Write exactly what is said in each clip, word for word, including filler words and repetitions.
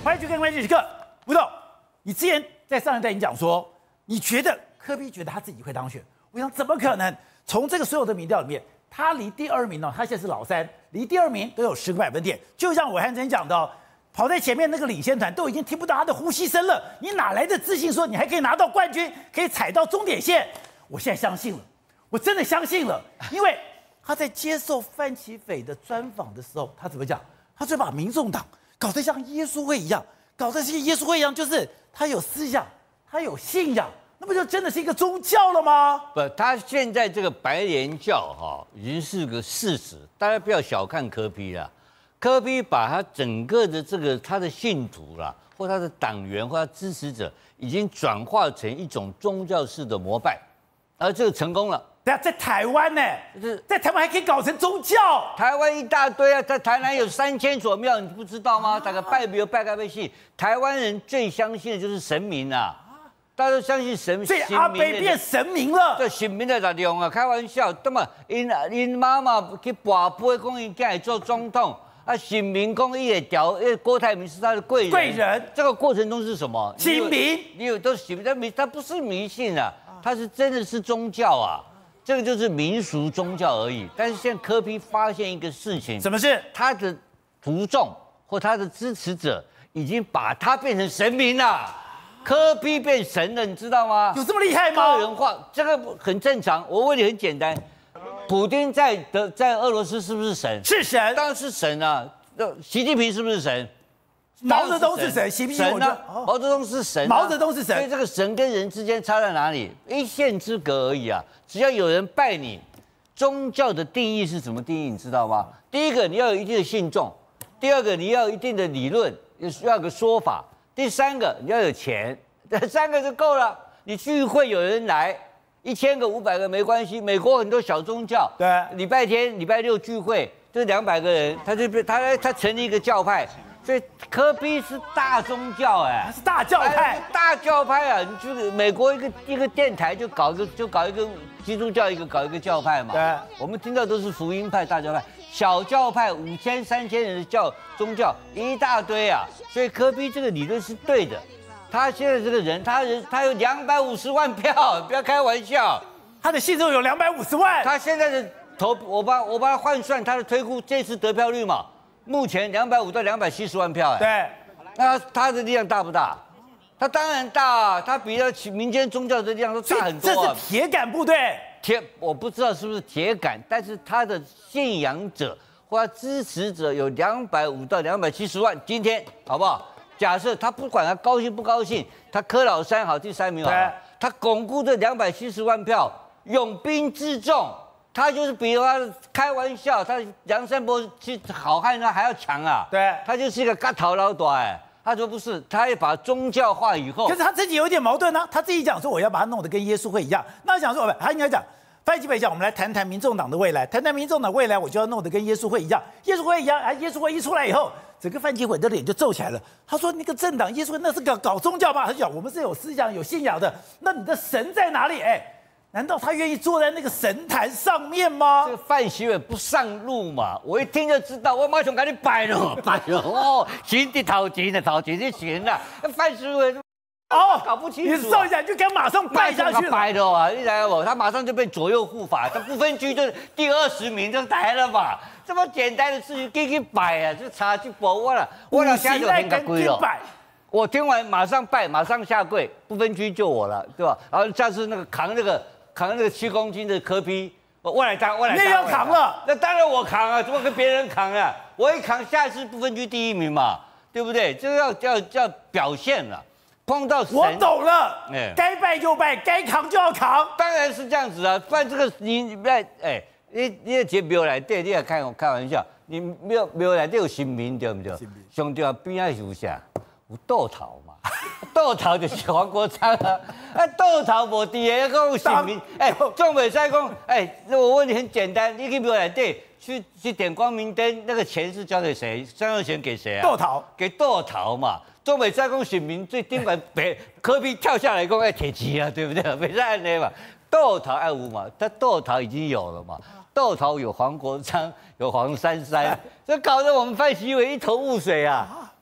欢迎去看关键时刻。吴董，你之前在上一代已经讲说，你觉得柯 P 觉得他自己会当选，我想怎么可能？从这个所有的民调里面，他离第二名呢，他现在是老三，离第二名都有十个百分点。就像伟汉曾讲的、哦，跑在前面那个领先团都已经听不到他的呼吸声了，你哪来的自信说你还可以拿到冠军，可以踩到终点线？我现在相信了，我真的相信了，因为他在接受范琪斐的专访的时候，他怎么讲？他就把民众党搞得像耶稣会一样，搞得像耶稣会一样，就是他有思想，他有信仰，那不就真的是一个宗教了吗？ 不，他现在这个白莲教哈、哦，已经是个事实，大家不要小看柯 P 啦。柯 P 把他整个的这个他的信徒啦，或他的党员或他支持者，已经转化成一种宗教式的膜拜，而这个成功了。 对啊，在台湾呢， 就是在台湾还可以搞成宗教。 台湾一大堆啊，在台南有三千所庙，你不知道吗？大概拜庙拜该拜信，台湾人最相信的就是神明啊，大家都相信神。 所以阿北变神明了。 对，神明的力量啊，开玩笑，那么因因妈妈去跋杯，讲伊该做总统，啊，神明讲伊会调，因为郭台铭是他的贵人。 贵人。这个过程中是什么？ 神明。 你有都神明，他迷，他不是迷信啊，他是真的是宗教啊。这个就是民俗宗教而已，但是现在柯 P 发现一个事情， 什么事？ 他的徒众或他的支持者已经把他变成神明了，柯 P 变神了，你知道吗？ 有这么厉害吗？ 个人化，这个很正常。我问你很简单，普丁在德在俄罗斯是不是神？ 是神， 当然是神啊。习近平是不是神？ 毛泽东是神，习近平神啊，毛泽东是神、啊， 毛泽东是神， 所以这个神跟人之间差在哪里？一线之隔而已啊！只要有人拜你，宗教的定义是什么定义？你知道吗？第一个，你要有一定的信众；第二个，你要有一定的理论，要有个说法；第三个，你要有钱，这三个就够了。你聚会有人来，一千个、五百个没关系。美国很多小宗教， 对， 礼拜天、礼拜六聚会，就两百个人，他就他他成立一个教派。所以柯 P 是大宗教哎、 欸，是大教派， 大教派啊！你就是美国一个一个电台就搞一个就搞一个基督教，一个搞一个教派嘛。 对， 我们听到都是福音派、大教派、小教派，五千、三千人的教宗教一大堆啊！所以柯 P 这个理论是对的。他现在这个人，他人他有两百五十万票，不要开玩笑。 他的信众有两百五十万。 他现在的投，我把我把它换算他的推估，这次得票率嘛。目前两百五到两百七十万票，哎， 对， 那他的力量大不大？他当然大啊，他比较民间宗教的力量都大很多、 啊。这是铁杆部队， 铁我不知道是不是铁杆，但是他的信仰者或他支持者有两百五到两百七十万。今天好不好？假设他不管他高兴不高兴，他柯老三好，第三名好，他巩固这两百七十万票，拥兵自重。他就是比他开玩笑，他梁山伯去好汉他还要强啊！ 对， 他就是一个嘎头老大哎。他说不是，他也把宗教化以后， 可是他自己有一点矛盾呢、啊。他自己讲说我要把它弄得跟耶稣会一样，那讲说他应该讲范琪斐讲，我们来谈谈民众党的未来，谈谈民众党未来，我就要弄得跟耶稣会一样，耶稣会一样，哎，耶稣会一出来以后，整个范琪斐的脸就皱起来了。他说那个政党耶稣会那是搞搞宗教吧？他就讲我们是有思想有信仰的，那你的神在哪里？哎。难道他愿意坐在那个神坛上面吗？ 这个范琪斐不上路嘛，我一听就知道，我马上赶紧摆了，摆了哦，行的头前的头前就行了。范琪斐哦，搞不清楚、啊， 你受一下就该马上败下去了。 摆了啊，你来我，他马上就被左右护法，他不分区就是第二十名就来了嘛。这么简单的事情，给给摆啊，就差去搏我了，我了现在就很赶跪了。我听完马上拜，马上下跪，不分区救我了，对吧？然后下次那个扛那个。扛那个七公斤的柯 P， 我来当，我来当。 你也要扛了？ 那当然我扛啊，怎么跟别人扛啊？我一扛，下一次不分区第一名嘛，对不对？这个要要要表现了。碰到神， 我懂了，哎，该拜就拜，该扛就要扛。 当然是这样子啊，不然这个你你哎哎，你你的节庙来对，你也开开玩笑，你庙庙来对有神明对不对？上吊边仔有啥？有倒头嘛。倒头就是黄国昌啊，啊倒头无伫个，讲有神明，哎，总袂使讲，哎，我问你很简单，你去庙内底去去点光明灯，那个钱是交给谁？香油钱给谁啊？ 倒头， 给倒头嘛，总袂使讲神明最顶管别柯 P 跳下来讲要铁旗啊，对不对？袂使安尼嘛，倒头爱有嘛，他倒头已经有了嘛，倒头有黄国昌，有黄珊珊，这搞得我们范琪斐一头雾水啊。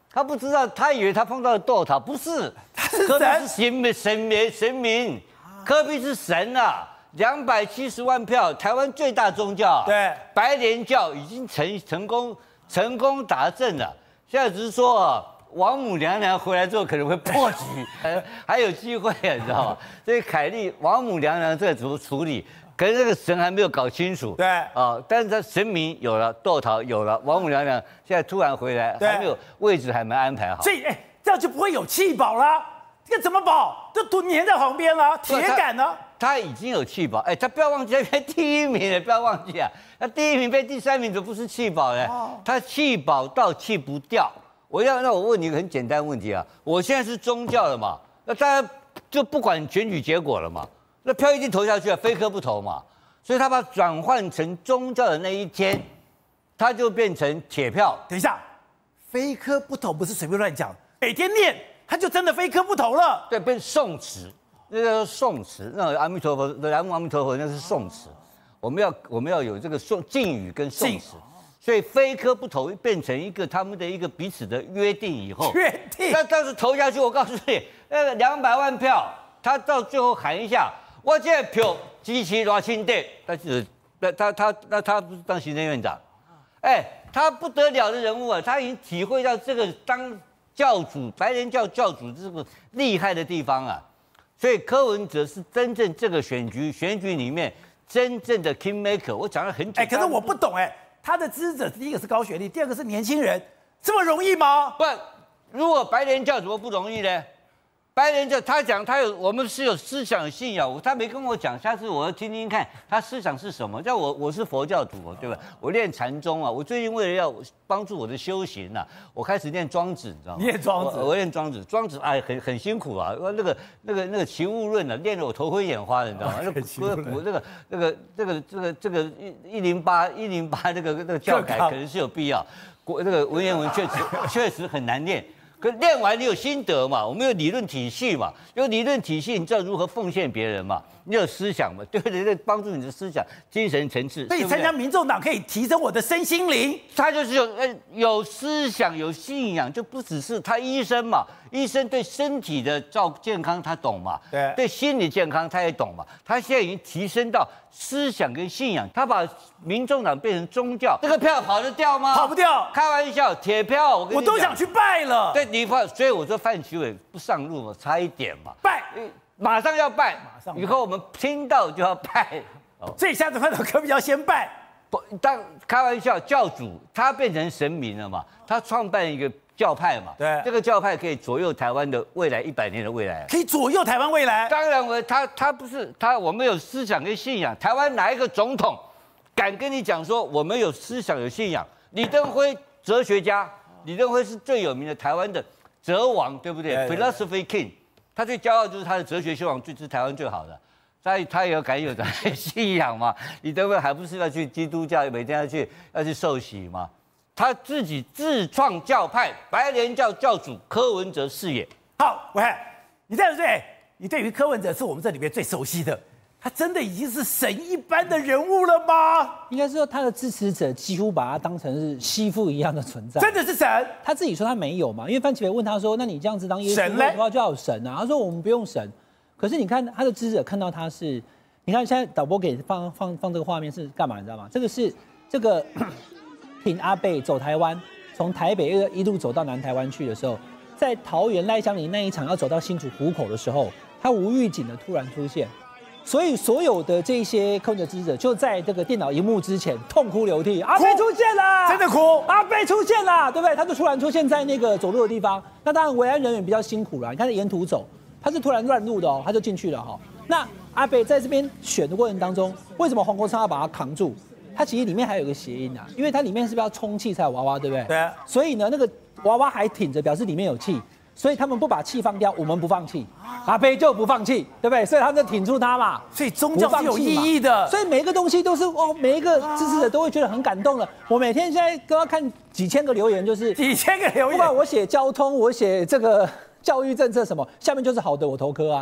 他不知道，他以为他碰到了窦桃，不是， 他是柯 P 神是神明神明神明，柯 P 是神啊，两百七十万票，台湾最大宗教， 对， 白莲教已经成成功成功达阵了，现在只是说啊。王母娘娘回来之后可能会破局，呃，还有机会，你知道吗？所以凯莉王母娘娘这个怎么处理？可是这个神还没有搞清楚。 对啊、呃，但是他神明有了，窦桃有了，王母娘娘现在突然回来，还没有位置还没安排好。 所以，哎，这样就不会有弃保啦。这个怎么保？就都粘在旁边啦，铁杆呢？ 他已经有弃保，哎，他不要忘记，他第一名了，不要忘记啊。那第一名被第三名，怎么不是弃保呢？哦、他弃保到弃不掉。我要那我问你一个很简单的问题啊，我现在是宗教的嘛，那大家就不管选举结果了嘛，那票一定投下去啊，非科不投嘛，所以他把它转换成宗教的那一天，他就变成铁票。 等一下，非科不投不是随便乱讲，每天念他就真的非科不投了。 对，变宋词，那叫宋词，那阿弥陀佛，南无阿弥陀佛，那是宋词。我们要我们要有这个宋敬语跟宋词。所以非科不投变成一个他们的一个彼此的约定以后， 约定。 那当时投下去，我告诉你，那个两百万票，他到最后喊一下，我这票支持罗清德，但是那他他那他不是当行政院长，哎，他不得了的人物啊，他已经体会到这个当教主白莲教教主这个厉害的地方啊，所以柯文哲是真正这个选举选举里面真正的 king maker。我讲了很久， 哎，可是我不懂哎。他的支持者第一个是高学历，第二个是年轻人，这么容易吗？ 不，如果白莲教怎么不容易呢？白莲教他讲他有，我们是有思想有信仰，他没跟我讲，下次我要听听看他思想是什么。像我我是佛教徒，对吧？我练禅宗啊，我最近为了要帮助我的修行啊，我开始练庄子，你知道吗？ 你练庄子， 我, 我练庄子，庄子哎很很辛苦啊，那个那个那个齐物论啊，练得我头昏眼花的，你知道吗？那补这个那个这个这个这个一一零八一零八这个那个教改可能是有必要，国这个文言文确实确实很难练。可练完你有心得嘛？我们有理论体系嘛？有理论体系，你知道如何奉献别人嘛？你有思想嘛？对不对？帮助你的思想、精神层次。 所以参加民众党可以提升我的身心灵。 他就是有呃有思想、有信仰，就不只是他医生嘛。医生对身体的照健康他懂嘛？ 对， 对心理健康他也懂嘛。他现在已经提升到思想跟信仰，他把民众党变成宗教，这个票跑得掉吗？ 跑不掉。 开玩笑，铁票，我跟你我都想去拜了。 对，你怕，所以我说范奇伟不上路嘛，差一点嘛。 拜， 马上要拜， 马上。 以后我们听到就要拜。 哦，所以下次看到柯 P 要先拜。 不，当开玩笑，教主他变成神明了嘛，他创办一个教派嘛， 对， 这个教派可以左右台湾的未来一百年的未来， 可以左右台湾未来。 当然，我他他不是他，我们有思想跟信仰。台湾哪一个总统敢跟你讲说我们有思想有信仰？李登辉哲学家，李登辉是最有名的台湾的哲王，对不对 ？Philosophy King， 他最骄傲就是他的哲学修养最是台湾最好的。他他也要敢有的信仰嘛？李登辉还不是要去基督教，每天要去要去受洗吗？他自己自创教派，白莲教教主柯文哲是也。 好，伟汉，你这样说，你对于柯文哲是我们这里面最熟悉的，他真的已经是神一般的人物了吗？ 应该是说他的支持者几乎把他当成是媳妇一样的存在， 真的是神。 他自己说他没有嘛，因为范奇伟问他说：“那你这样子当耶稣的话就要有神啊？”他说：“我们不用神。”可是你看他的支持者看到他是，你看现在导播给放放放这个画面是干嘛？你知道吗？这个是这个挺阿贝走台湾，从台北一路走到南台湾去的时候，在桃园赖香林那一场要走到新竹湖口的时候，他无预警的突然出现，所以所有的这些柯文哲支持者就在这个电脑荧幕之前痛哭流涕，阿贝出现了， 真的哭， 阿贝出现了，对不对？他就突然出现在那个走路的地方，那当然维安人员比较辛苦了，你看沿途走。他是突然乱入的哦，他就进去了哈。那阿北在这边选的过程当中，为什么黄国昌要把他扛住？他其实里面还有一个谐音啊，因为它里面是不是要充气才有娃娃，对不对？ 对。 所以呢，那个娃娃还挺着，表示里面有气，所以他们不把气放掉，我们不放弃，阿北就不放弃，对不对？所以他们就挺住他嘛。 所以宗教是有意义的， 所以每一个东西都是哦，每一个支持者都会觉得很感动的。我每天现在都要看几千个留言，就是几千个留言， 不管我写交通，我写这个。教育政策什么，下面就是好的，我投柯啊，就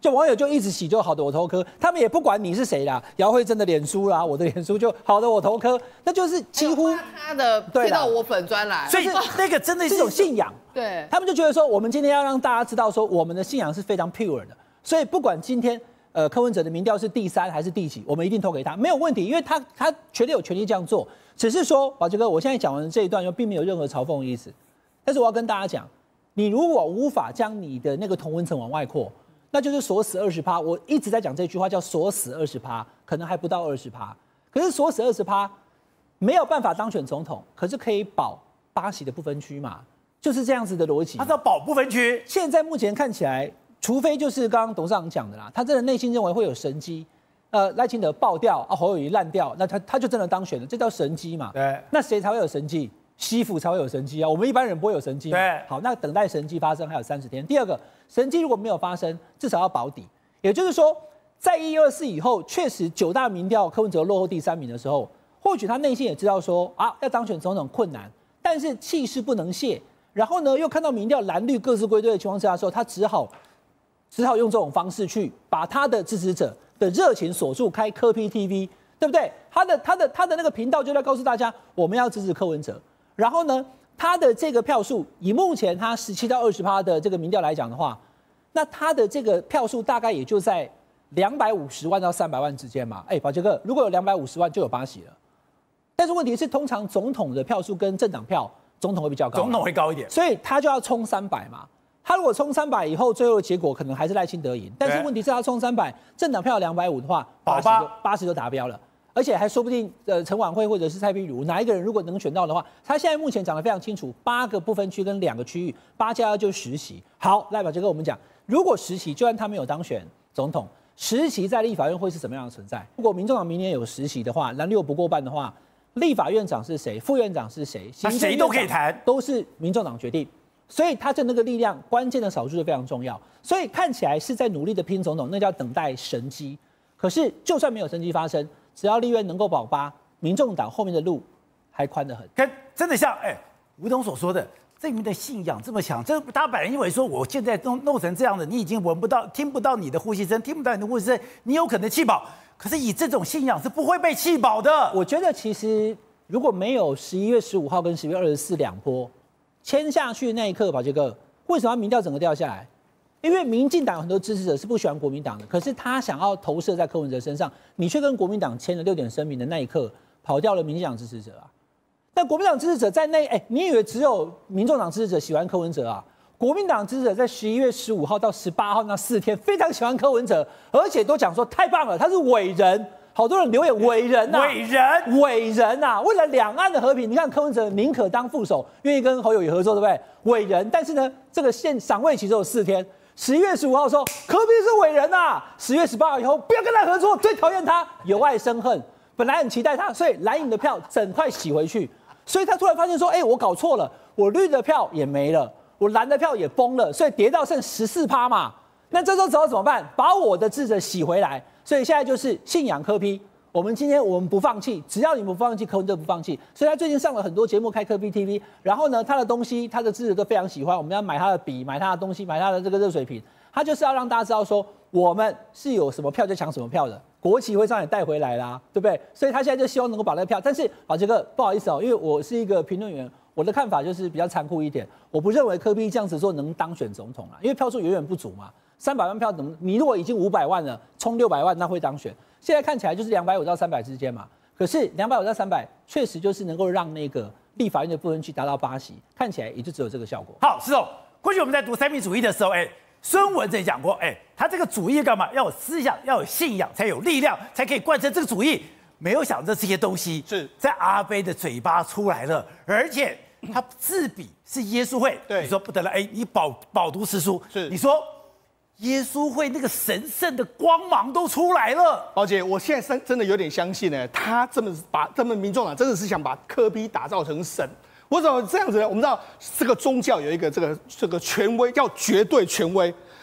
就网友就一直洗，就好的我投柯，他们也不管你是谁啦，姚慧珍的脸书啦，我的脸书就好的我投柯，那就是几乎他的推到我粉专来， 所以那个真的是这种信仰， 对， 他们就觉得说，我们今天要让大家知道说，我们的信仰是非常 pure 的，所以不管今天呃柯文哲的民调是第三还是第几，我们一定投给他，没有问题，因为他他绝对有权利这样做，只是说宝杰哥，我现在讲完这一段又并没有任何嘲讽的意思，但是我要跟大家讲，你如果无法将你的那个同温层往外扩。那就是锁死二十趴，我一直在讲这句话，叫锁死二十趴，可能还不到二十趴。可是锁死二十趴，没有办法当选总统，可是可以保八席的不分区嘛，就是这样子的逻辑。 他是要保不分区。 现在目前看起来，除非就是刚刚董事长讲的啦，他真的内心认为会有神机，呃，赖清德爆掉啊，侯友宜烂掉，那他他就真的当选了，这叫神机嘛。 对。 那谁才会有神机？西服才会有神机啊，我们一般人不会有神机。 对， 好，那等待神机发生还有三十天。第二个，神机如果没有发生，至少要保底，也就是说，在一二四以后，确实九大民调柯文哲落后第三名的时候，或许他内心也知道说啊，要当选总统困难，但是气势不能泄。然后呢，又看到民调蓝绿各自归队的情况之下的时候，他只好只好用这种方式去把他的支持者的热情锁住，开柯 P T V， 对不对？他的他的他的那个频道就在告诉大家，我们要支持柯文哲。然后呢，他的这个票数，以目前他十七到二十趴的这个民调来讲的话，那他的这个票数大概也就在两百五十万到三百万之间嘛。哎，宝杰哥，如果有两百五十万就有八席了。但是问题是，通常总统的票数跟政党票，总统会比较高， 总统会高一点， 所以他就要冲三百嘛。他如果冲三百以后，最后的结果可能还是赖清德赢。但是问题是，他冲三百，政党票两百五的话，八十就八十就达标了。而且还说不定，呃，陈婉慧或者是蔡壁如哪一个人如果能选到的话，他现在目前讲得非常清楚，八个不分区跟两个区域，八加二就十席。好，赖宝杰跟我们讲，如果十席，就算他没有当选总统，十席在立法院会是什么样的存在？如果民众党明年有十席的话，蓝绿不过半的话，立法院长是谁？副院长是谁？ 他谁都可以谈， 都是民众党决定。所以他的那个力量，关键的少数就非常重要。所以看起来是在努力的拼总统，那叫等待神机。可是就算没有神机发生，只要立院能够保八，民众党后面的路还宽得很。 跟真的像哎吴董所说的，这里面的信仰这么强，这大家本来以为说我现在弄弄成这样的，你已经闻不到、听不到你的呼吸声，听不到你的呼吸声，你有可能气饱。可是以这种信仰是不会被气饱的。 我觉得其实如果没有十一月十五号跟十月二十四两波签下去那一刻，宝杰哥，为什么民调整个掉下来？因为民进党有很多支持者是不喜欢国民党的，可是他想要投射在柯文哲身上，你却跟国民党签了六点声明的那一刻，跑掉了民进党支持者啊。但国民党支持者在那，哎，你以为只有民众党支持者喜欢柯文哲啊？国民党支持者在十一月十五号到十八号那四天非常喜欢柯文哲，而且都讲说太棒了，他是伟人。好多人留言伟人呐、啊， 伟人， 伟人呐、啊！为了两岸的和平，你看柯文哲宁可当副手，愿意跟侯友宜合作，对不对？伟人，但是呢，这个限赏味期只有四天。十一月十五号说柯 P 是伟人呐、啊，十月十八号以后不要跟他合作，最讨厌他，有爱生恨。本来很期待他，所以蓝营的票整块洗回去，所以他突然发现说，哎、欸，我搞错了，我绿的票也没了，我蓝的票也崩了，所以跌到剩十四趴嘛。那这时候只好怎么办？把我的智者洗回来。所以现在就是信仰柯 P，我们今天我们不放弃，只要你们不放弃，柯文哲不放弃。所以他最近上了很多节目，开柯 P T V， 然后呢，他的东西，他的支持都非常喜欢，我们要买他的笔，买他的东西，买他的这个热水瓶，他就是要让大家知道说，我们是有什么票就抢什么票的，国旗会让你带回来啦，对不对？所以他现在就希望能够把那个票，但是宝杰哥不好意思哦，因为我是一个评论员，我的看法就是比较残酷一点，我不认为柯 P 这样子做能当选总统啦，因为票数远远不足嘛。三百万票等，你如果已经五百万了，冲六百万，那会当选。现在看起来就是两百五到三百之间嘛。可是两百五到三百，确实就是能够让那个立法院的不分区达到八席，看起来也就只有这个效果。 好，是哦。过去我们在读三民主义的时候，哎，孙文曾讲过，哎，他这个主义干嘛？要有思想，要有信仰，才有力量，才可以贯彻这个主义。没有想到这些东西是在阿飞的嘴巴出来了，而且他自比是耶稣会， 对， 你说不得了，哎，你饱饱读诗书， 是， 你说。耶稣会那个神圣的光芒都出来了， 宝姐，我现在真真的有点相信呢，他这么把他们民众党真的是想把柯 P 打造成神。为什么这样子呢？我们知道这个宗教有一个这个这个权威叫绝对权威，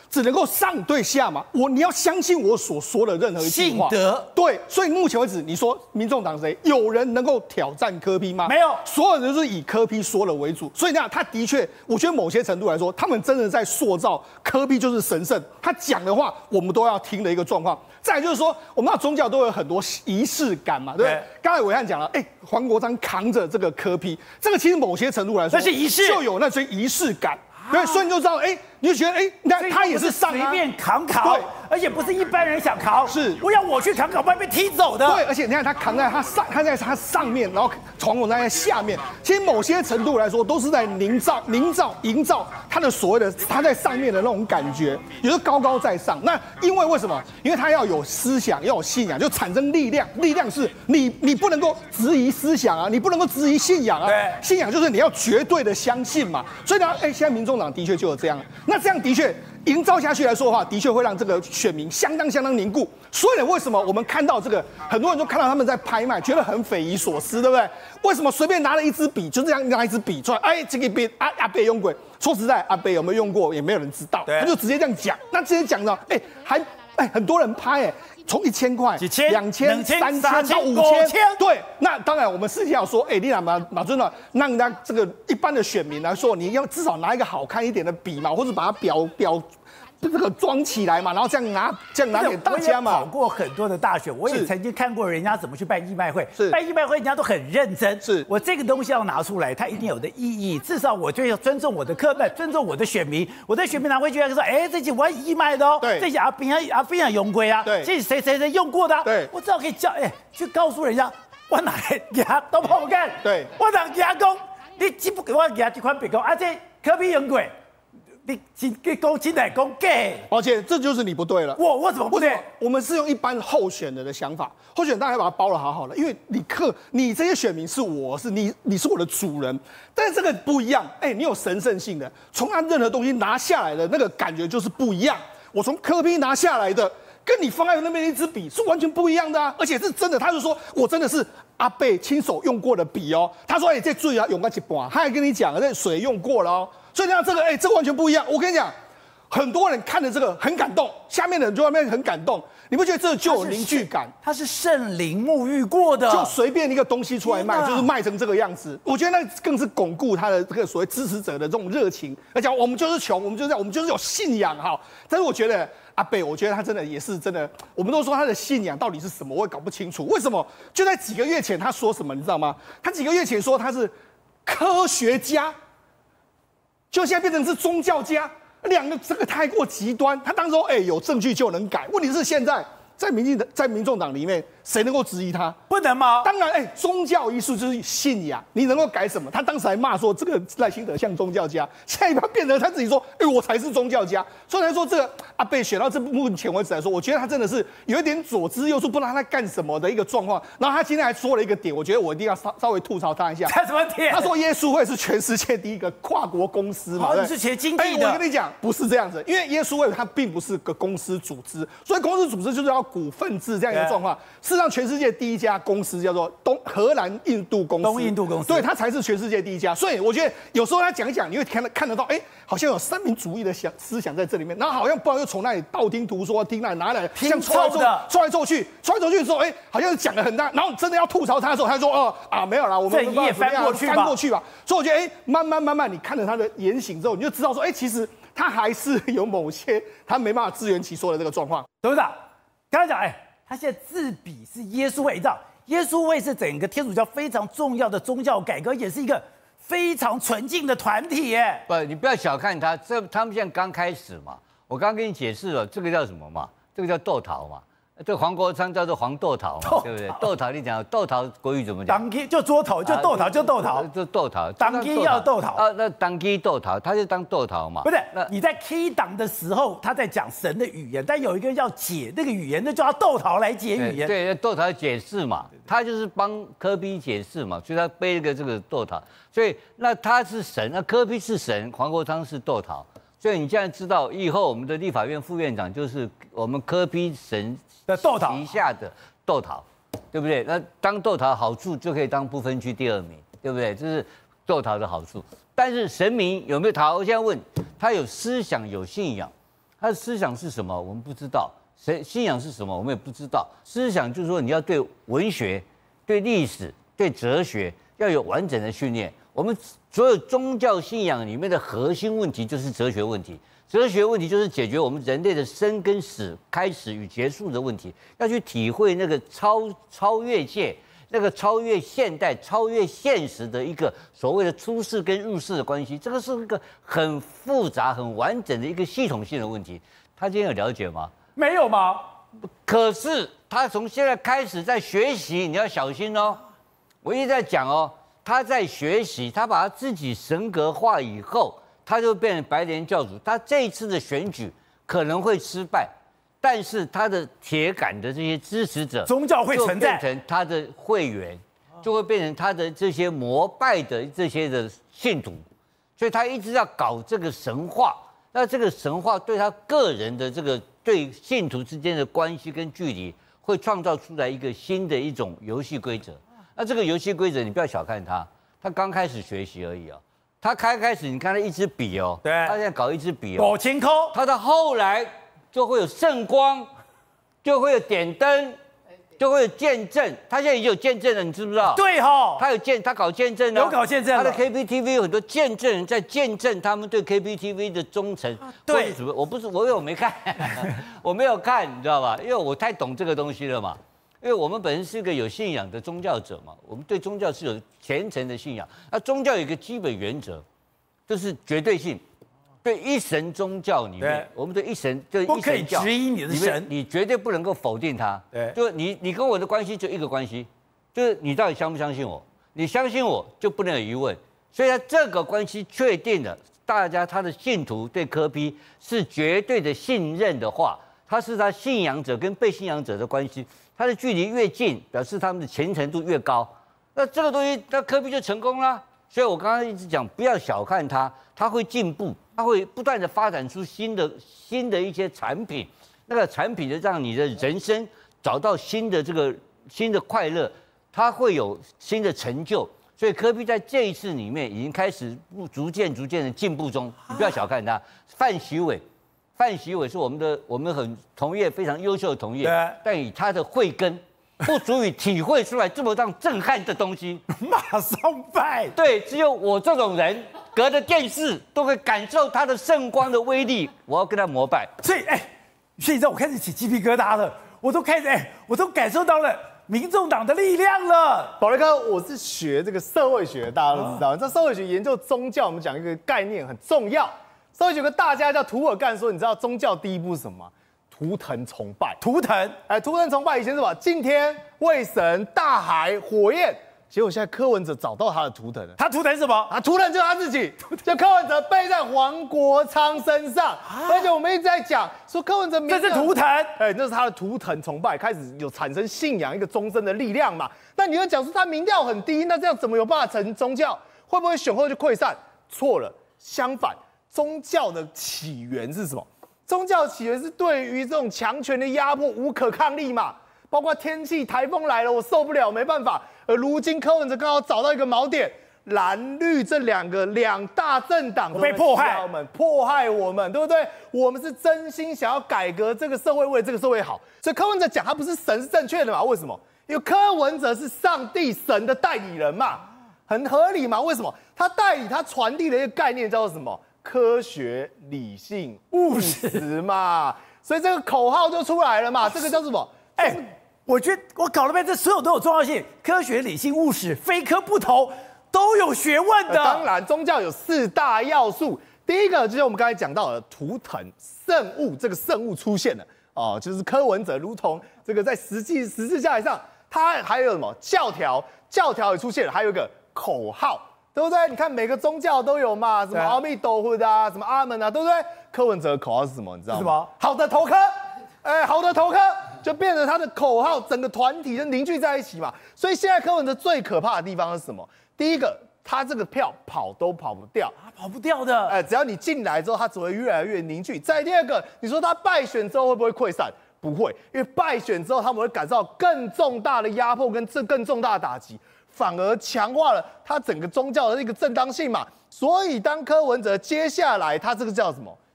只能够上对下嘛。我你要相信我所说的任何一句话。 信德对，所以目前为止，你说民众党谁有人能够挑战柯 P 吗？ 没有， 所有人都是以柯 P 说了为主。所以那他的确，我觉得某些程度来说，他们真的在塑造柯 P 就是神圣，他讲的话我们都要听的一个状况。再来就是说，我们知道宗教都有很多仪式感嘛，对不对？刚才暐瀚讲了，哎，黄国昌扛着这个柯 P， 这个其实某些程度来说， 那是仪式， 就有那些仪式感。对，所以你就知道，哎，你就觉得，哎，那他也是上随便扛扛，而且不是一般人想扛， 是不要我去扛，扛会被踢走的。 对，而且你看他扛在他上，他在他上面，然后黄国昌在下面，其实某些程度来说，都是在营造、营造、营造他的所谓的他在上面的那种感觉，也是高高在上。那因为为什么？因为他要有思想，要有信仰，就产生力量。力量是你，你不能够质疑思想啊，你不能够质疑信仰啊。 对， 信仰就是你要绝对的相信嘛。所以呢，哎，现在民众党的确就有这样。那这样的确营造下去来说的话，的确会让这个选民相当相当凝固。所以呢，为什么我们看到这个很多人都看到他们在拍卖，觉得很匪夷所思，对不对？为什么随便拿了一支笔，就这样拿一支笔出来？哎，这个笔阿阿伯用过。说实在，阿伯有没有用过，也没有人知道。他就直接这样讲。那直接讲到，哎，还哎很多人拍，哎。从一千块、 几千、 两千、三千到五千，对，那当然我们事先要说，哎，你马马尊呢，让人家这个一般的选民来说，你要至少拿一个好看一点的笔嘛，或者把它裱裱这个装起来嘛，然后这样拿这样拿给大家嘛。 我也跑过很多的大选，我也曾经看过人家怎么去办义卖会， 是办义卖会人家都很认真。 是我这个东西要拿出来，它一定有的意义，至少我就要尊重我的客本，尊重我的选民。我的选民拿回去说，哎，这些我义卖的哦， 对， 这些阿兵啊阿兵啊用过啊， 对， 这是谁谁谁用过的、啊， 对， 我至少可以叫哎去告诉人家，我哪来牙都不干， 对， 我哪牙讲，你只不给我牙这款别讲，啊这可比用过。你真你讲真来讲假， 而且这就是你不对了。 我我怎么不对？ 我们是用一般候选人的想法，候选人大概把它包了好好的，因为你客你这些选民是我是你你是我的主人，但是这个不一样，哎，你有神圣性的，从他任何东西拿下来的那个感觉就是不一样。我从柯 P 拿下来的，跟你放在那边一支笔是完全不一样的啊，而且是真的，他就说我真的是阿伯亲手用过的笔哦，他说哎这注意啊，用过一半，他还跟你讲这水用过了哦。所以呢，这个哎，这个完全不一样。我跟你讲，很多人看了这个很感动，下面的人就外面很感动。你不觉得这就有凝聚感？ 它是圣灵沐浴过的， 就随便一个东西出来卖，就是卖成这个样子。我觉得那更是巩固他的这个所谓支持者的这种热情。而且我们就是穷，我们就是我们就是有信仰哈。但是我觉得阿北，我觉得他真的也是真的。我们都说他的信仰到底是什么，我也搞不清楚。为什么？就在几个月前他说什么，你知道吗？他几个月前说他是科学家。就现在变成是宗教家，两个这个太过极端。他当时说，哎、欸，有证据就能改。问题是现在在民进在民众党里面，谁能够质疑他？ 不能吗？ 当然，哎、欸，宗教艺术就是信仰，你能够改什么？他当时还骂说这个赖清德像宗教家，现在他变成他自己说，哎、欸，我才是宗教家。所以来说，这个阿贝选到这目前为止来说，我觉得他真的是有一点左支右绌，不知道他在干什么的一个状况。然后他今天还说了一个点，我觉得我一定要稍稍微吐槽他一下。 他什么点？ 他说耶稣会是全世界第一个跨国公司嘛？ 哦，是学经济的。 哎，我跟你讲，不是这样子，因为耶稣会它并不是个公司组织，所以公司组织就是要股份制这样一个状况。事实上，全世界第一家公司叫做东荷兰印度公司， 东印度公司， 对，它才是全世界第一家。所以我觉得有时候他讲一讲，你会看得看得到，哎，好像有三民主义的想思想在这里面，然后好像不知道又从那里道听途说，听那里拿来，这样凑来凑凑来凑去，凑来凑去之后，哎，好像是讲了很大，然后真的要吐槽他的时候，他说哦啊没有啦，我们这也翻过去吧， 翻过去吧。所以我觉得，哎，慢慢慢慢，你看了他的言行之后，你就知道说，哎，其实他还是有某些他没办法自圆其说的这个状况。 董事长刚才讲，哎，他现在自比是耶稣会，你知道，耶稣会是整个天主教非常重要的宗教改革，也是一个非常纯净的团体耶。 不，你不要小看他，这他们现在刚开始嘛。我刚刚跟你解释了，这个叫什么嘛？这个叫豆桃嘛。这黄国昌叫做黄豆桃嘛，对不对？豆桃，你讲豆桃国语怎么讲？ 当机就桌头，就豆桃，就豆桃， 就豆桃。 当机要豆桃啊，那当机豆桃，他就当豆桃嘛。 不是，你在 K 档的时候，他在讲神的语言，但有一个要解那个语言，那就要豆桃来解语言。 对，豆桃解释嘛，他就是帮柯 P 解释嘛，所以他背一个这个豆桃。所以那他是神，那柯 P 是神，黄国昌是豆桃。所以你现在知道，以后我们的立法院副院长就是我们柯 P 神的豆桃旗下的豆桃，对不对？那当豆桃好处就可以当不分区第二名，对不对？这是豆桃的好处。但是神明有没有桃？我现在问他有思想有信仰， 他的思想是什么，我们不知道；谁信仰是什么，我们也不知道。思想就是说，你要对文学、对历史、对哲学要有完整的训练。我们所有宗教信仰里面的核心问题就是哲学问题。哲学问题就是解决我们人类的生跟死、开始与结束的问题，要去体会那个超超越界、那个超越现代、超越现实的一个所谓的出世跟入世的关系。这个是一个很复杂、很完整的一个系统性的问题。他今天有了解吗？ 没有吗？ 可是他从现在开始在学习，你要小心哦。我一直在讲哦，他在学习，他把他自己神格化以后。他就变成白莲教主，他这一次的选举可能会失败，但是他的铁杆的这些支持者， 宗教会存在， 变成他的会员，就会变成他的这些膜拜的这些的信徒，所以他一直要搞这个神话。那这个神话对他个人的这个对信徒之间的关系跟距离，会创造出来一个新的一种游戏规则。那这个游戏规则你不要小看他，他刚开始学习而已啊。他开开始，你看他一支笔哦， 对， 他现在搞一支笔哦， 狗清抠， 他到后来就会有圣光，就会有点灯，就会有见证。他现在已经有见证了，你知不知道？ 对哈， 他有见，他搞见证了， 有搞见证。 他的 K P T V 有很多见证人在见证他们对 K P T V 的忠诚。 对， 我不是，我有没看，我没有看，你知道吧？因为我太懂这个东西了嘛。因为我们本身是一个有信仰的宗教者嘛，我们对宗教是有虔诚的信仰。那宗教有一个基本原则，就是绝对性。对一神宗教里面，我们对一神就是不可以质疑你的神， 你绝对不能够否定他。 对， 就你你跟我的关系就一个关系，就是你到底相不相信我？你相信我就不能有疑问。所以他这个关系确定了，大家他的信徒对柯 P 是绝对的信任的话，他是他信仰者跟被信仰者的关系。他的距离越近，表示他们的虔诚度越高。那这个东西，那柯 P 就成功啦。所以我刚刚一直讲，不要小看他，他会进步，他会不断的发展出新的新的一些产品。那个产品就让你的人生找到新的这个新的快乐，他会有新的成就。所以柯 P 在这一次里面已经开始逐渐逐渐的进步中，你不要小看他。范习伟。范习伟是我们的我们很同业非常优秀的同业，但以他的慧根，不足以体会出来这么让震撼的东西。 马上拜。 对，只有我这种人，隔着电视都会感受他的圣光的威力，我要跟他膜拜。 所以，哎，所以你知道我开始起鸡皮疙瘩了，我都开始，哎，我都感受到了民众党的力量了。 宝雷哥，我是学这个社会学，大家都知道，这、啊、社会学研究宗教，我们讲一个概念很重要。所以有个大家叫涂尔干说，你知道宗教第一步是什么吗？图腾崇拜。 图腾， 哎，图腾崇拜以前是什么？敬天、为神、大海、火焰。结果现在柯文哲找到他的图腾了。 他图腾什么？ 啊，图腾就是他自己，就柯文哲背在黄国昌身上。啊、而且我们一直在讲说柯文哲， 这是图腾， 哎，那是他的图腾崇拜，开始有产生信仰一个终身的力量嘛。那你又讲说他民调很低，那这样怎么有办法成宗教？会不会选后就溃散？错了，相反。宗教的起源是什么？宗教起源是对于这种强权的压迫无可抗力嘛，包括天气台风来了，我受不了，没办法。而如今柯文哲刚好找到一个锚点，蓝绿这两个两大政党被迫害， 我们迫害我们，对不对？我们是真心想要改革这个社会，为这个社会好。所以柯文哲讲他不是神是正确的嘛？为什么？因为柯文哲是上帝神的代理人嘛，很合理嘛？为什么？他代理他传递的一个概念叫做什么？科学、理性、务实嘛，所以这个口号就出来了嘛。这个叫什么？ 哎、欸，我觉得我搞了半天，所有都有重要性，科学、理性、务实，非科不投，都有学问的。 当然，宗教有四大要素，第一个就是我们刚才讲到的图腾圣物，这个圣物出现了哦，就是柯文哲，如同这个在实际十字架上，他还有什么教条？教条也出现了，还有一个口号。对不对？你看每个宗教都有嘛，什么阿弥陀佛啊，什么阿门啊，对不对？柯文哲的口号是什么？你知道吗？ 什么？ 好的投柯，哎，好的投柯，就变成他的口号，整个团体就凝聚在一起嘛。所以现在柯文哲最可怕的地方是什么？第一个，他这个票跑都跑不掉， 跑不掉的。 哎，只要你进来之后，他只会越来越凝聚。再第二个，你说他败选之后会不会溃散？不会，因为败选之后他们会感受到更重大的压迫跟这更重大的打击。反而强化了他整个宗教的一个正当性嘛，所以当柯文哲接下来他这个叫什么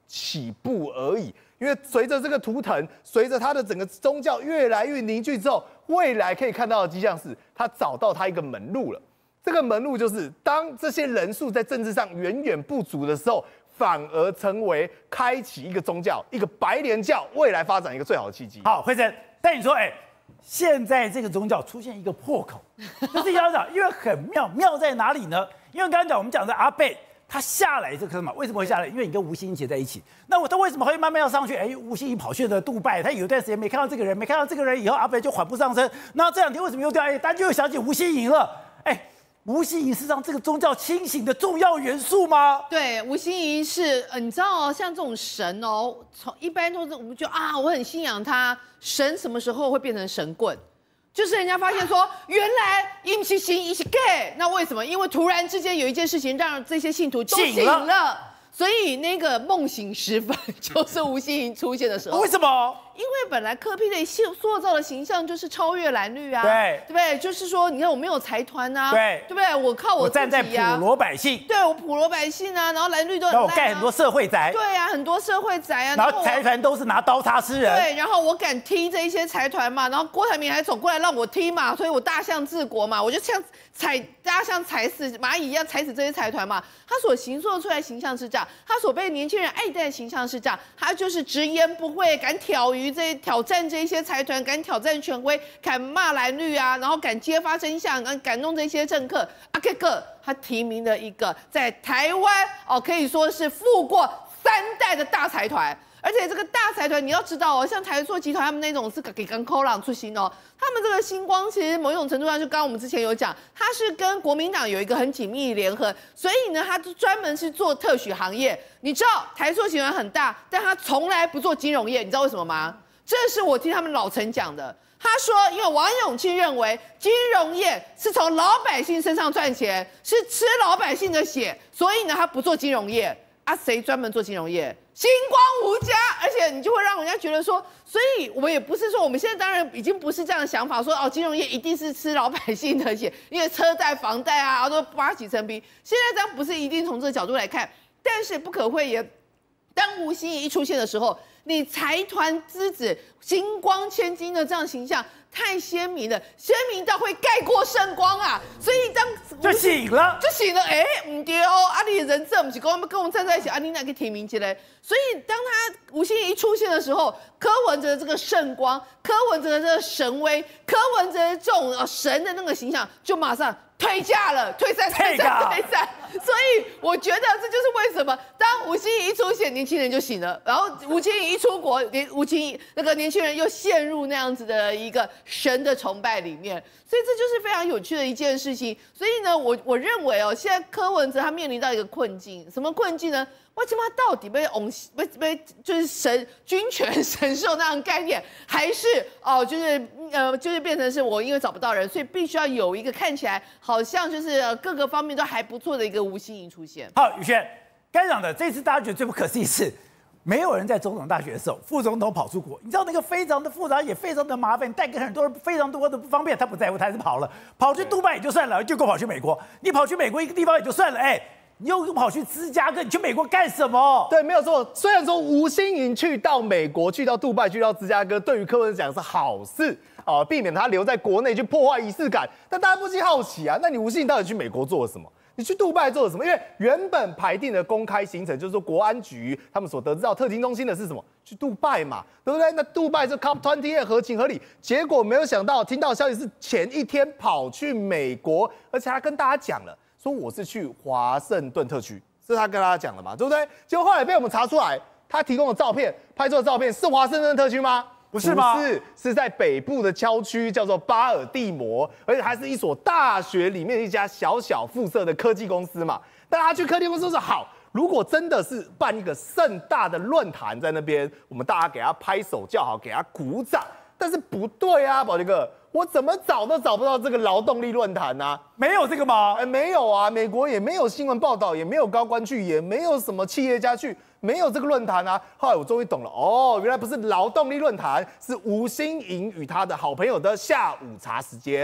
起步而已。因为随着这个图腾，随着他的整个宗教越来越凝聚之后，未来可以看到的迹象是，他找到他一个门路了。这个门路就是，当这些人数在政治上远远不足的时候，反而成为开启一个宗教、一个白莲教未来发展一个最好的契机。 好，慧珍，但你说，哎、欸，现在这个宗教出现一个破口，就是要讲，因为很妙，妙在哪里呢？因为刚刚讲我们讲的阿贝。他下来这个嘛，为什么会下来？因为你跟吴欣盈结在一起。那我他为什么会慢慢要上去？哎，吴欣盈跑去了杜拜，他有一段时间没看到这个人，没看到这个人以后，阿北就缓步上升。那这两天为什么又掉？哎，大家就又想起吴欣盈了。哎，吴欣盈是让这个宗教清醒的重要元素吗？ 对，吴欣盈是，呃，你知道哦，像这种神哦，从一般都是我们觉得啊，我很信仰他，神什么时候会变成神棍？就是人家发现说，原来伊不是信，伊是 gay， 那为什么？因为突然之间有一件事情让这些信徒都醒了，了所以那个梦醒时分就是吴欣盈出现的时候。 为什么？ 因为本来柯 P 的塑造的形象就是超越蓝绿啊， 对， 对不对？就是说，你看我没有财团啊， 对， 对不对？我靠我自己啊， 我站在普罗百姓， 对我普罗百姓啊，然后蓝绿都很烂啊， 然后我盖很多社会宅， 对啊，很多社会宅啊， 然后财团都是拿刀叉吃人， 对，然后我敢踢这一些财团嘛，然后郭台铭还走过来让我踢嘛，所以我大象治国嘛，我就像踩大象踩死蚂蚁一样踩死这些财团嘛。他所形塑出来的形象是这样，他所被年轻人爱戴的形象是这样，他就是直言不讳，敢挑鱼这挑战这些财团，敢挑战权威，敢骂蓝绿啊，然后敢揭发真相，敢敢弄这些政客。啊，这个他提名了一个在台湾哦，可以说是富过三代的大财团。而且这个大财团你要知道哦，像台塑集团他们那种是给跟扣朗出新哦，他们这个星光其实某种程度上就刚刚我们之前有讲，它是跟国民党有一个很紧密联合，所以呢，它就专门是做特许行业。你知道台塑集团很大，但它从来不做金融业，你知道为什么吗？这是我听他们老陈讲的。他说，因为王永庆认为金融业是从老百姓身上赚钱，是吃老百姓的血，所以呢，他不做金融业。啊，谁专门做金融业？星光无家，而且你就会让人家觉得说，所以我们也不是说我们现在当然已经不是这样的想法，说哦，金融业一定是吃老百姓的血，因为车贷、房贷啊都八几成逼。现在这样不是一定从这个角度来看，但是不可讳言，当吴欣盈一出现的时候，你财团之子、星光千金的这样形象太鲜明了，鲜明到会盖过圣光啊！所以当就醒了， 就醒了，哎、欸，唔对哦，啊，你人设不是跟我们跟我们站在一起，啊，你哪个提名起来？所以当他吴欣盈一出现的时候，柯文哲的这个圣光，柯文哲的这个神威，柯文哲的这种呃神的那个形象，就马上退架了，退散，退散，退散。所以我觉得这就是为什么当吴欣盈一出现，年轻人就醒了，然后吴欣盈一出国，连吴欣盈那个年轻人又陷入那样子的一个神的崇拜里面，所以这就是非常有趣的一件事情。所以呢，我我认为哦，现在柯文哲他面临到一个困境，什么困境呢？为什么他到底被翁被被就是神君权神授那样的概念，还是哦就是呃就是变成是我因为找不到人，所以必须要有一个看起来好像就是各个方面都还不错的一个吴欣盈出现。 好，宇轩，该讲的这次大家觉得最不可思议是，没有人在总统大选的时候，副总统跑出国，你知道那个非常的复杂，也非常的麻烦，带给很多人非常多的不方便，他不在乎，他还是跑了，跑去杜拜也就算了，就够跑去美国，你跑去美国一个地方也就算了，哎。你又跑去芝加哥，你去美国干什么？ 对，没有错。虽然说吴欣盈去到美国、去到杜拜、去到芝加哥，对于柯文哲讲是好事啊、呃，避免他留在国内去破坏仪式感。但大家不禁好奇啊，那你吴欣盈到底去美国做了什么？你去杜拜做了什么？因为原本排定的公开行程就是说国安局他们所得知到特勤中心的是什么？去杜拜嘛，对不对？那杜拜这 C O P 二十八 合情合理，结果没有想到听到消息是前一天跑去美国，而且他跟大家讲了。说我是去华盛顿特区，这是他跟大家讲的嘛，对不对？结果后来被我们查出来，他提供的照片、拍出的照片是华盛顿特区吗？ 不是吗？ 不是，是在北部的郊区，叫做巴尔的摩，而且还是一所大学里面一家小小附设的科技公司嘛。但他去科技公司说好，如果真的是办一个盛大的论坛在那边，我们大家给他拍手叫好，给他鼓掌。但是不对啊，宝杰哥，我怎么找都找不到这个劳动力论坛啊， 没有这个吗？ 哎，没有啊，美国也没有新闻报道，也没有高官去，也没有什么企业家去，没有这个论坛啊。后来我终于懂了，哦，原来不是劳动力论坛，是吴欣盈与他的好朋友的下午茶时间。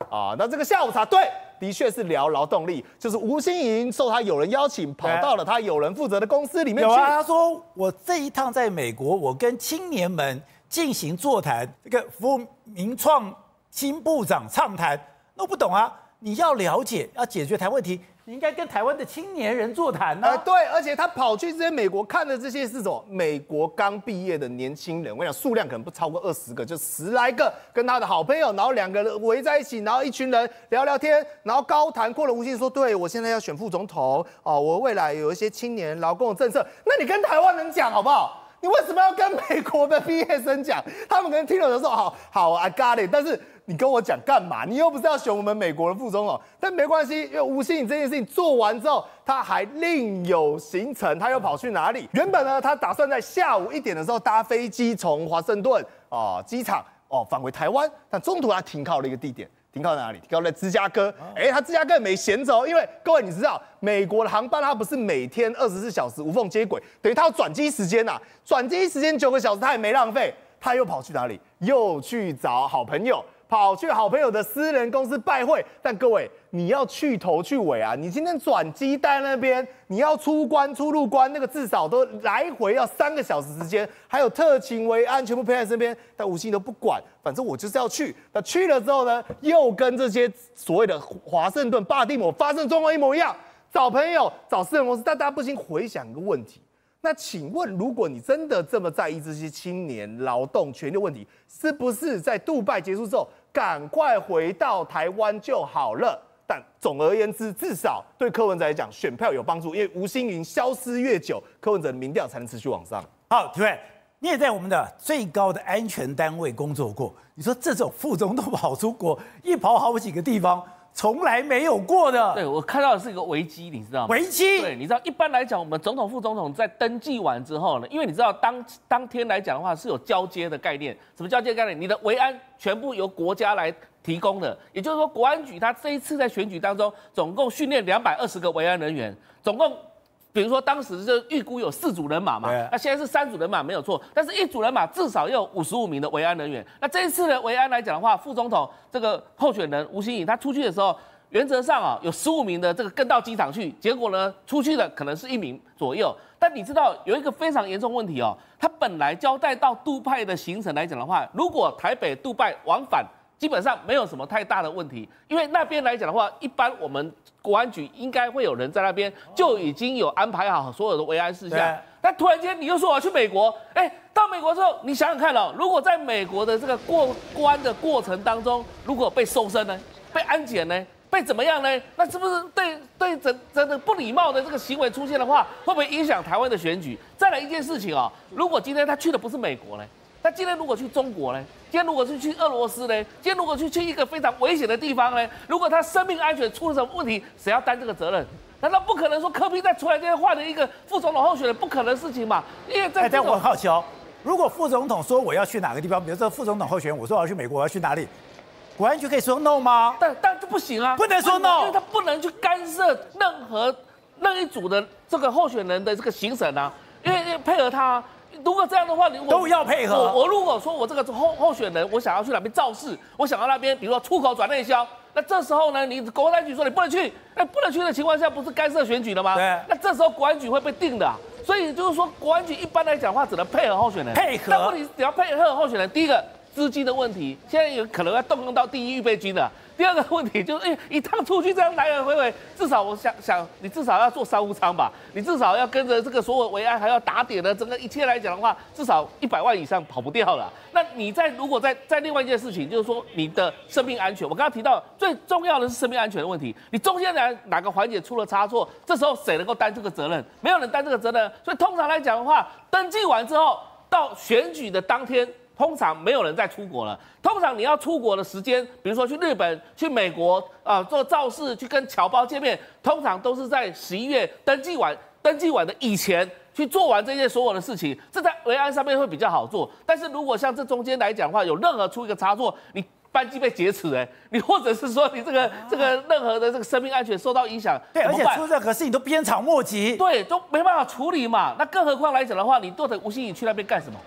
啊。那这个下午茶，对，的确是聊劳动力，就是吴欣盈受他有人邀请，跑到了他有人负责的公司里面去。 有啊，他说我这一趟在美国，我跟青年们进行座谈，这个服务民创新部长畅谈。那我不懂啊，你要了解，要解决台湾问题。你应该跟台湾的青年人座谈呢、啊呃。对，而且他跑去这些美国看的这些是什么？美国刚毕业的年轻人，我跟你讲，数量可能不超过二十个，就十来个，跟他的好朋友，然后两个人围在一起，然后一群人聊聊天，然后高谈阔论。吴欣盈说：“对我现在要选副总统哦，我未来有一些青年劳工的政策，那你跟台湾人讲好不好？”你为什么要跟美国的毕业生讲？他们可能听了就说好好 ，I got it。但是你跟我讲干嘛？你又不是要选我们美国的副总统。但没关系，因为吴欣盈这件事情做完之后，他还另有行程，他又跑去哪里？原本呢，他打算在下午一点的时候搭飞机从华盛顿啊机场哦返回台湾，但中途他停靠了一个地点。停靠在哪里？停靠在芝加哥。哎、欸，他芝加哥也没闲着，因为各位你知道，美国的航班它不是每天二十四小时无缝接轨，等于他有转机时间呐、啊，转机时间九个小时他也没浪费，他又跑去哪里？又去找好朋友，跑去好朋友的私人公司拜会。但各位，你要去头去尾啊！你今天转机在那边，你要出关出入关，那个至少都来回要三个小时时间，还有特勤维安全部配在身边，但吴欣盈都不管，反正我就是要去。那去了之后呢，又跟这些所谓的华盛顿、巴蒂摩发生状况一模一样，找朋友、找私人公司。但大家不禁回想一个问题。那请问，如果你真的这么在意这些青年劳动权利问题，是不是在杜拜结束之后，赶快回到台湾就好了？但总而言之，至少对柯文哲来讲，选票有帮助，因为吴欣盈消失越久，柯文哲的民调才能持续往上。 好，体会，你也在我们的最高的安全单位工作过，你说这种副总统跑出国，一跑好几个地方，从来没有过的。 对，我看到的是一个危机，你知道吗？ 危机。 对，你知道一般来讲，我们总统、副总统在登记完之后呢，因为你知道当当天来讲的话是有交接的概念，什么交接概念？你的维安全部由国家来提供的，也就是说，国安局它这一次在选举当中，总共训练两百二十个维安人员，总共。比如说，当时就预估有四组人马嘛，那现在是三组人马没有错，但是一组人马至少要有五十五名的维安人员。那这一次的维安来讲的话，副总统这个候选人吴欣盈他出去的时候，原则上啊有十五名的这个跟到机场去，结果呢出去的可能是一名左右。但你知道有一个非常严重问题哦，他本来交代到杜拜的行程来讲的话，如果台北杜拜往返。基本上没有什么太大的问题，因为那边来讲的话，一般我们国安局应该会有人在那边就已经有安排好所有的维安事项。但突然间你又说我要去美国，哎，到美国之后，你想想看哦，如果在美国的这个过关的过程当中，如果被搜身呢，被安检呢，被怎么样呢？那是不是对对整整个不礼貌的这个行为出现的话，会不会影响台湾的选举？再来一件事情哦，如果今天他去的不是美国呢？那今天如果去中国呢？今天如果是去俄罗斯呢？今天如果去去一个非常危险的地方呢？如果他生命安全出了什么问题，谁要担这个责任？难道不可能说柯 P 再出来今天换了一个副总统候选人，不可能的事情嘛？因为在这种， 我很好奇哦，如果副总统说我要去哪个地方，比如说副总统候选人，我说我要去美国，我要去哪里？国安局可以说 no 吗？ 但但就不行啊， 不能说 no， 因为他不能去干涉任何任一组的这个候选人的这个行程啊，因为配合他。如果这样的话，你都要配合。 我, 我如果说我这个候候选人，我想要去哪边造势，我想要那边，比如说出口转内销，那这时候呢，你国安局说你不能去，那不能去的情况下，不是干涉选举了吗？ 对。 那这时候国安局会被定的、啊，所以就是说，国安局一般来讲的话，只能配合候选人。 配合。 但问题是，只要配合候选人，第一个资金的问题，现在有可能要动用到第一预备军的。第二个问题就是，哎，一趟出去这样来来回回，至少我想想，你至少要坐商务舱吧，你至少要跟着这个所有维安，还要打点的整个一切来讲的话，至少一百万以上跑不掉了。那你在如果在在另外一件事情，就是说你的生命安全，我刚刚提到最重要的是生命安全的问题，你中间哪哪个环节出了差错，这时候谁能够担这个责任？没有人担这个责任。所以通常来讲的话，登记完之后到选举的当天。通常没有人再出国了。通常你要出国的时间，比如说去日本、去美国啊、呃、做造势、去跟侨胞见面，通常都是在十一月登记完登记完的以前去做完这些所有的事情，这在维安上面会比较好做。但是如果像这中间来讲的话，有任何出一个差错，你班机被劫持，哎，你或者是说你这个这个任何的这个生命安全受到影响， 对，而且出任何事情都鞭长莫及， 对，都没办法处理嘛。那更何况来讲的话，你做的吴欣盈去那边干什么？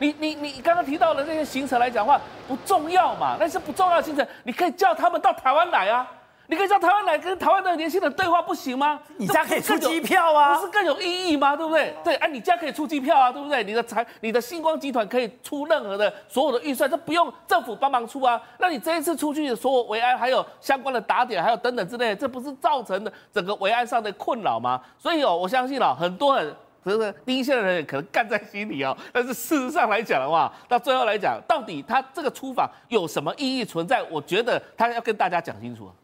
你你你刚刚提到的这些行程来讲的话，不重要嘛？那是不重要的行程，你可以叫他们到台湾来啊。你可以叫台湾来跟台湾的年轻人对话，不行吗？ 你家可以出机票啊， 不是更有意义吗？对不对？对，哎、啊，你家可以出机票啊，对不对？你的财，你的星光集团可以出任何的所有的预算，这不用政府帮忙出啊。那你这一次出去的所有维安，还有相关的打点，还有等等之类的，这不是造成的整个维安上的困扰吗？所以哦，我相信哦，很多人。这个第一线的人可能干在心里哦，但是事实上来讲的话，到最后来讲，到底他这个出访有什么意义存在？我觉得他要跟大家讲清楚。